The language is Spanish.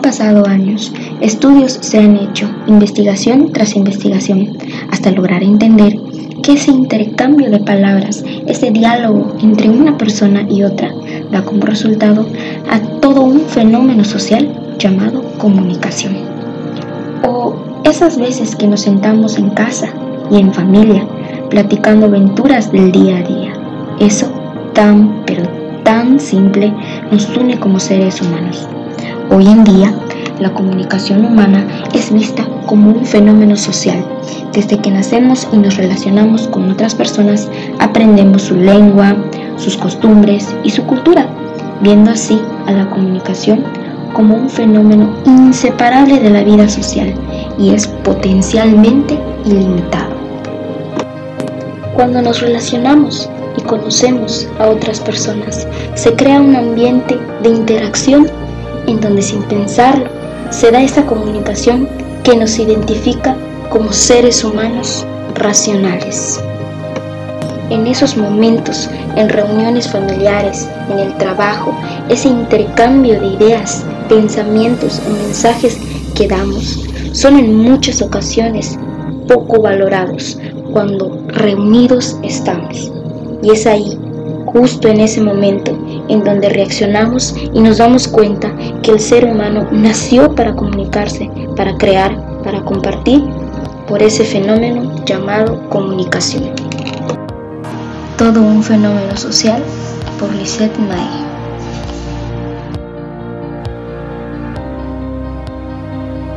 pasado años, estudios se han hecho, investigación tras investigación, hasta lograr entender que ese intercambio de palabras, ese diálogo entre una persona y otra, da como resultado a todo un fenómeno social llamado comunicación. O esas veces que nos sentamos en casa y en familia, platicando aventuras del día a día. Eso pero tan simple nos une como seres humanos. Hoy en día, la comunicación humana es vista como un fenómeno social. Desde que nacemos y nos relacionamos con otras personas, aprendemos su lengua, sus costumbres y su cultura, viendo así a la comunicación como un fenómeno inseparable de la vida social y es potencialmente ilimitado. Cuando nos relacionamos y conocemos a otras personas, se crea un ambiente de interacción en donde sin pensarlo se da esa comunicación que nos identifica como seres humanos racionales. En esos momentos, en reuniones familiares, en el trabajo, ese intercambio de ideas, pensamientos o mensajes que damos son en muchas ocasiones poco valorados cuando reunidos estamos. Y es ahí, justo en ese momento, en donde reaccionamos y nos damos cuenta que el ser humano nació para comunicarse, para crear, para compartir, por ese fenómeno llamado comunicación. Todo un fenómeno social, por Lisette May.